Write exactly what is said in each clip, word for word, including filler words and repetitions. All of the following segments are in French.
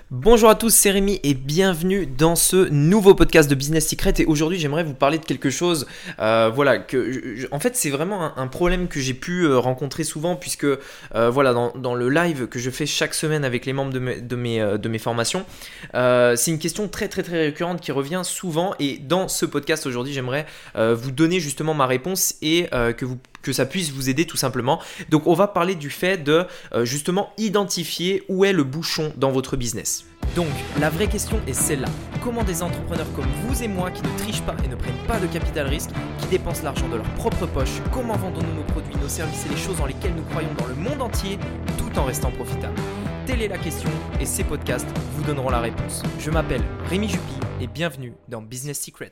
Bonjour à tous, c'est Rémi et bienvenue dans ce nouveau podcast de Business Secret. Et aujourd'hui, j'aimerais vous parler de quelque chose. Euh, voilà, que je, en fait, c'est vraiment un, un problème que j'ai pu euh, rencontrer souvent, puisque euh, voilà, dans, dans le live que je fais chaque semaine avec les membres de mes, de mes, euh, de mes formations, euh, c'est une question très très très récurrente qui revient souvent. Et dans ce podcast aujourd'hui, j'aimerais euh, vous donner justement ma réponse et euh, que vous que ça puisse vous aider tout simplement. Donc on va parler du fait de euh, justement identifier où est le bouchon dans votre business. Donc la vraie question est celle-là. Comment des entrepreneurs comme vous et moi qui ne trichent pas et ne prennent pas de capital risque, qui dépensent l'argent de leur propre poche, comment vendons-nous nos produits, nos services et les choses dans lesquelles nous croyons dans le monde entier tout en restant profitables? Telle est la question et ces podcasts vous donneront la réponse. Je m'appelle Rémi Jupy et bienvenue dans Business Secrets.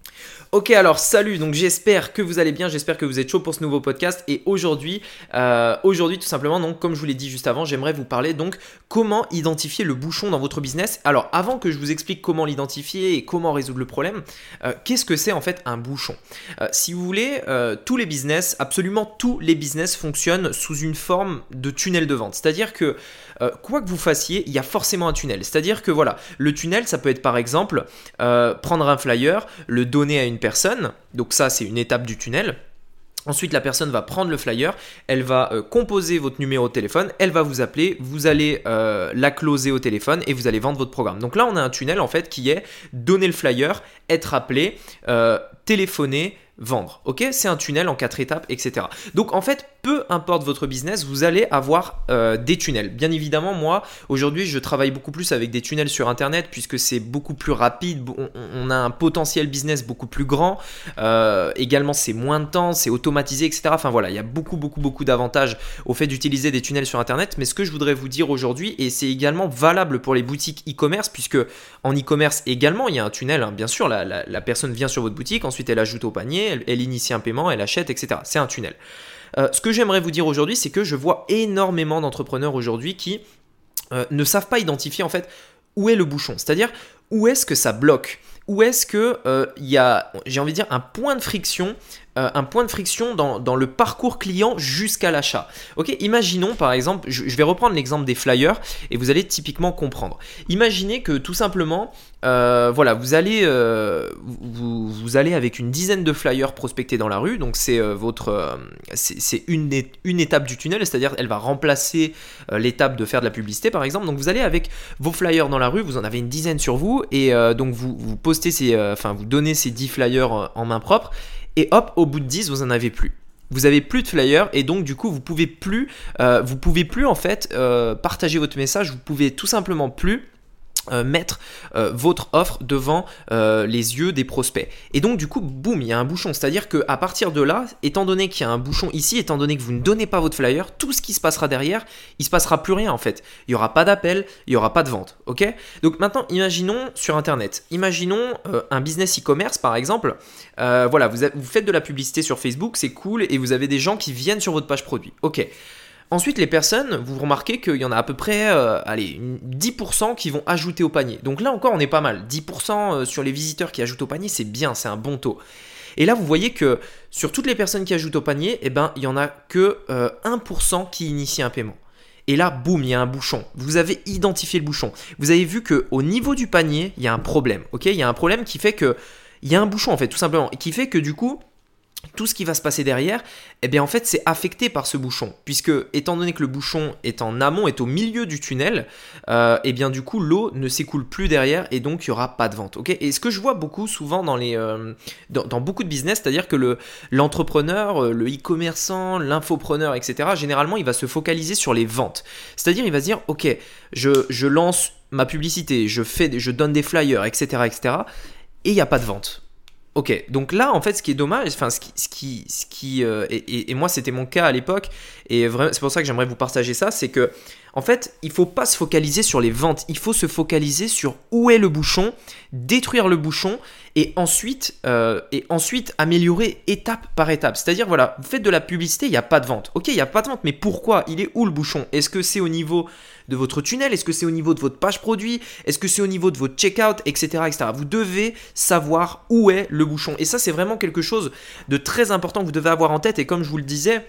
Ok, alors salut, donc j'espère que vous allez bien, j'espère que vous êtes chaud pour ce nouveau podcast et aujourd'hui, euh, aujourd'hui tout simplement, donc comme je vous l'ai dit juste avant, j'aimerais vous parler donc comment identifier le bouchon dans votre business. Alors avant que je vous explique comment l'identifier et comment résoudre le problème, euh, qu'est-ce que c'est en fait un bouchon? euh, Si vous voulez, euh, tous les business, absolument tous les business fonctionnent sous une forme de tunnel de vente, c'est-à-dire que euh, quoi que vous fassiez, il y a forcément un tunnel, c'est-à-dire que voilà, le tunnel ça peut être par exemple euh, prendre un flyer, le donner à une personne, donc ça c'est une étape du tunnel. Ensuite, la personne va prendre le flyer, elle va euh, composer votre numéro de téléphone, elle va vous appeler, vous allez euh, la closer au téléphone et vous allez vendre votre programme. Donc là, on a un tunnel en fait qui est donner le flyer, être appelé, euh, téléphoner, vendre. Ok, c'est un tunnel en quatre étapes, et cetera. Donc en fait, peu importe votre business, vous allez avoir euh, des tunnels. Bien évidemment, moi, aujourd'hui, je travaille beaucoup plus avec des tunnels sur Internet puisque c'est beaucoup plus rapide. On, on a un potentiel business beaucoup plus grand. Euh, également, c'est moins de temps, c'est automatisé, et cetera. Enfin voilà, il y a beaucoup, beaucoup, beaucoup d'avantages au fait d'utiliser des tunnels sur Internet. Mais ce que je voudrais vous dire aujourd'hui, et c'est également valable pour les boutiques e-commerce, puisque en e-commerce également, il y a un tunnel. Hein. Bien sûr, la, la, la personne vient sur votre boutique, ensuite elle ajoute au panier, elle, elle initie un paiement, elle achète, et cetera. C'est un tunnel. Euh, ce que j'aimerais vous dire aujourd'hui, c'est que je vois énormément d'entrepreneurs aujourd'hui qui euh, ne savent pas identifier en fait où est le bouchon, c'est-à-dire où est-ce que ça bloque, où est-ce que euh, il y a, j'ai envie de dire, un point de friction, euh, un point de friction dans, dans le parcours client jusqu'à l'achat. Ok, imaginons par exemple, je, je vais reprendre l'exemple des flyers et vous allez typiquement comprendre. Imaginez que tout simplement, euh, voilà, vous allez, euh, vous, vous allez avec une dizaine de flyers prospectés dans la rue, donc c'est euh, votre, euh, c'est, c'est une, une étape du tunnel, c'est-à-dire elle va remplacer euh, l'étape de faire de la publicité par exemple. Donc vous allez avec vos flyers dans la rue, vous en avez une dizaine sur vous et euh, donc vous, vous postez ces, euh, enfin vous donnez ces dix flyers en main propre. Et hop, au bout de dix, vous n'en avez plus. Vous avez plus de flyers et donc du coup, vous pouvez plus, euh, vous pouvez plus en fait euh, partager votre message. Vous pouvez tout simplement plus Euh, mettre euh, votre offre devant euh, les yeux des prospects. Et donc du coup, boum, il y a un bouchon. C'est-à-dire qu'à partir de là, étant donné qu'il y a un bouchon ici, étant donné que vous ne donnez pas votre flyer, tout ce qui se passera derrière, il ne se passera plus rien en fait. Il n'y aura pas d'appel, il n'y aura pas de vente. Ok ? Donc maintenant, imaginons sur Internet. Imaginons euh, un business e-commerce par exemple. Euh, voilà, vous, avez, vous faites de la publicité sur Facebook, c'est cool, et vous avez des gens qui viennent sur votre page produit. Ok. Ensuite, les personnes, vous remarquez qu'il y en a à peu près euh, allez, dix pour cent qui vont ajouter au panier. Donc là encore, on est pas mal. dix pour cent sur les visiteurs qui ajoutent au panier, c'est bien, c'est un bon taux. Et là, vous voyez que sur toutes les personnes qui ajoutent au panier, eh ben, il n'y en a que euh, un pour cent qui initie un paiement. Et là, boum, il y a un bouchon. Vous avez identifié le bouchon. Vous avez vu qu'au niveau du panier, il y a un problème. Okay, il y a un problème qui fait que... Il y a un bouchon en fait, tout simplement. Et qui fait que du coup... tout ce qui va se passer derrière, eh bien en fait c'est affecté par ce bouchon, puisque étant donné que le bouchon est en amont, est au milieu du tunnel, euh, eh bien du coup l'eau ne s'écoule plus derrière et donc il n'y aura pas de vente. Okay, et ce que je vois beaucoup souvent dans, les, euh, dans, dans beaucoup de business, c'est-à-dire que le, l'entrepreneur, le e-commerçant, l'infopreneur, et cetera, généralement il va se focaliser sur les ventes. C'est-à-dire il va se dire ok, je, je lance ma publicité, je, fais, je donne des flyers, et cetera, et cetera, et il n'y a pas de vente. Ok, donc là en fait ce qui est dommage, enfin ce qui, ce qui, ce qui euh, et, et, et moi c'était mon cas à l'époque et vraiment, c'est pour ça que j'aimerais vous partager ça, c'est que en fait il faut pas se focaliser sur les ventes, il faut se focaliser sur où est le bouchon, détruire le bouchon et ensuite, euh, et ensuite améliorer étape par étape. C'est-à-dire voilà, vous faites de la publicité, il n'y a pas de vente. Ok, il n'y a pas de vente, mais pourquoi? Il est où le bouchon? Est-ce que c'est au niveau de votre tunnel? Est-ce que c'est au niveau de votre page produit? Est-ce que c'est au niveau de votre checkout, et cetera, et cetera. Vous devez savoir où est le bouchon. Et ça, c'est vraiment quelque chose de très important que vous devez avoir en tête. Et comme je vous le disais,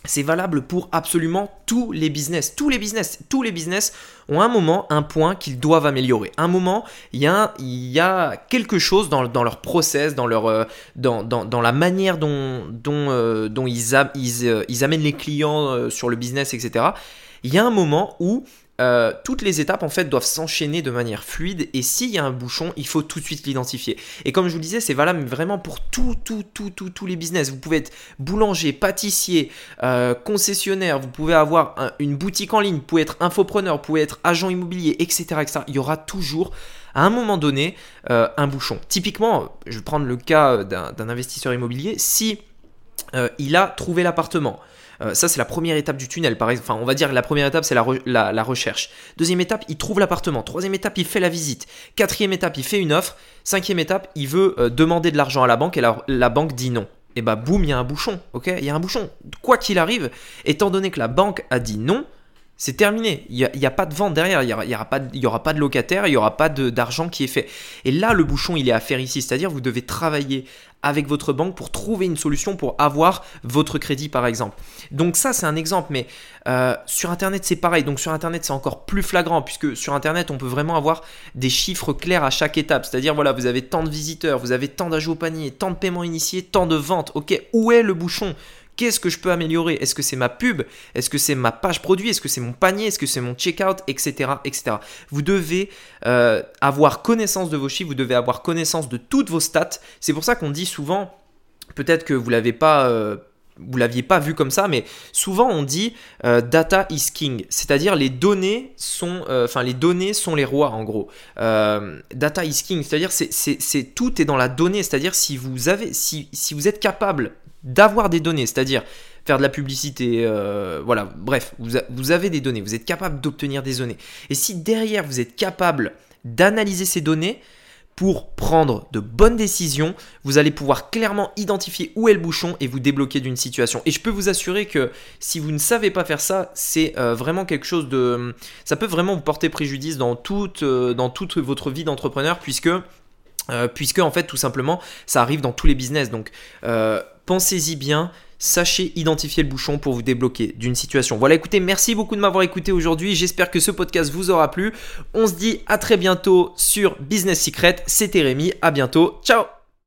c'est valable pour absolument tous les business. Tous les business, tous les business ont un moment, un point qu'ils doivent améliorer. Un moment, il y a, il y a quelque chose dans, dans leur process, dans, leur, euh, dans, dans, dans la manière dont, dont, euh, dont ils, a, ils, euh, ils amènent les clients euh, sur le business, et cetera. Il y a un moment où Euh, toutes les étapes en fait doivent s'enchaîner de manière fluide, et s'il y a un bouchon, il faut tout de suite l'identifier. Et comme je vous le disais, c'est valable vraiment pour tout, tout, tout, tout, tous les business. Vous pouvez être boulanger, pâtissier, euh, concessionnaire, vous pouvez avoir un, une boutique en ligne, vous pouvez être infopreneur, vous pouvez être agent immobilier, et cetera, et cetera. Il y aura toujours à un moment donné euh, un bouchon. Typiquement, je vais prendre le cas d'un, d'un investisseur immobilier. Si euh, il a trouvé l'appartement, Euh, ça, c'est la première étape du tunnel, par exemple. Enfin, on va dire que la première étape, c'est la, re- la, la recherche. Deuxième étape, il trouve l'appartement. Troisième étape, il fait la visite. Quatrième étape, il fait une offre. Cinquième étape, il veut euh, demander de l'argent à la banque, et la, la banque dit non. Et bah, boum, il y a un bouchon. Ok, il y a un bouchon. Quoi qu'il arrive, étant donné que la banque a dit non, c'est terminé. Il n'y a, a pas de vente derrière. Il n'y aura, y aura, pas de- y aura pas de locataire. Il n'y aura pas de- d'argent qui est fait. Et là, le bouchon, il est à faire ici. C'est-à-dire, vous devez travailler avec votre banque pour trouver une solution pour avoir votre crédit, par exemple. Donc ça, c'est un exemple. Mais euh, sur Internet, c'est pareil. Donc sur Internet, c'est encore plus flagrant, puisque sur Internet, on peut vraiment avoir des chiffres clairs à chaque étape. C'est-à-dire, voilà, vous avez tant de visiteurs, vous avez tant d'ajouts au panier, tant de paiements initiés, tant de ventes. Ok, où est le bouchon ? Qu'est-ce que je peux améliorer ? Est-ce que c'est ma pub ? Est-ce que c'est ma page produit ? Est-ce que c'est mon panier ? Est-ce que c'est mon checkout ? Etc. et cetera. Vous devez euh, avoir connaissance de vos chiffres, vous devez avoir connaissance de toutes vos stats. C'est pour ça qu'on dit souvent, peut-être que vous l'avez pas... Euh, vous l'aviez pas vu comme ça, mais souvent on dit euh, data is king, c'est-à-dire les données sont, euh, enfin les données sont les rois en gros. Euh, data is king, c'est-à-dire c'est, c'est, c'est tout est dans la donnée, c'est-à-dire si vous avez, si, si vous êtes capable d'avoir des données, c'est-à-dire faire de la publicité, euh, voilà, bref, vous, a, vous avez des données, vous êtes capable d'obtenir des données. Et si derrière vous êtes capable d'analyser ces données pour prendre de bonnes décisions, vous allez pouvoir clairement identifier où est le bouchon et vous débloquer d'une situation. Et je peux vous assurer que si vous ne savez pas faire ça, c'est euh, vraiment quelque chose de... Ça peut vraiment vous porter préjudice dans toute, euh, dans toute votre vie d'entrepreneur, puisque... Euh, puisque en fait tout simplement ça arrive dans tous les business. Donc euh, pensez-y bien, sachez identifier le bouchon pour vous débloquer d'une situation. Voilà, écoutez, merci beaucoup de m'avoir écouté aujourd'hui, j'espère que ce podcast vous aura plu. On se dit à très bientôt sur Business Secret, c'était Rémi, à bientôt, ciao.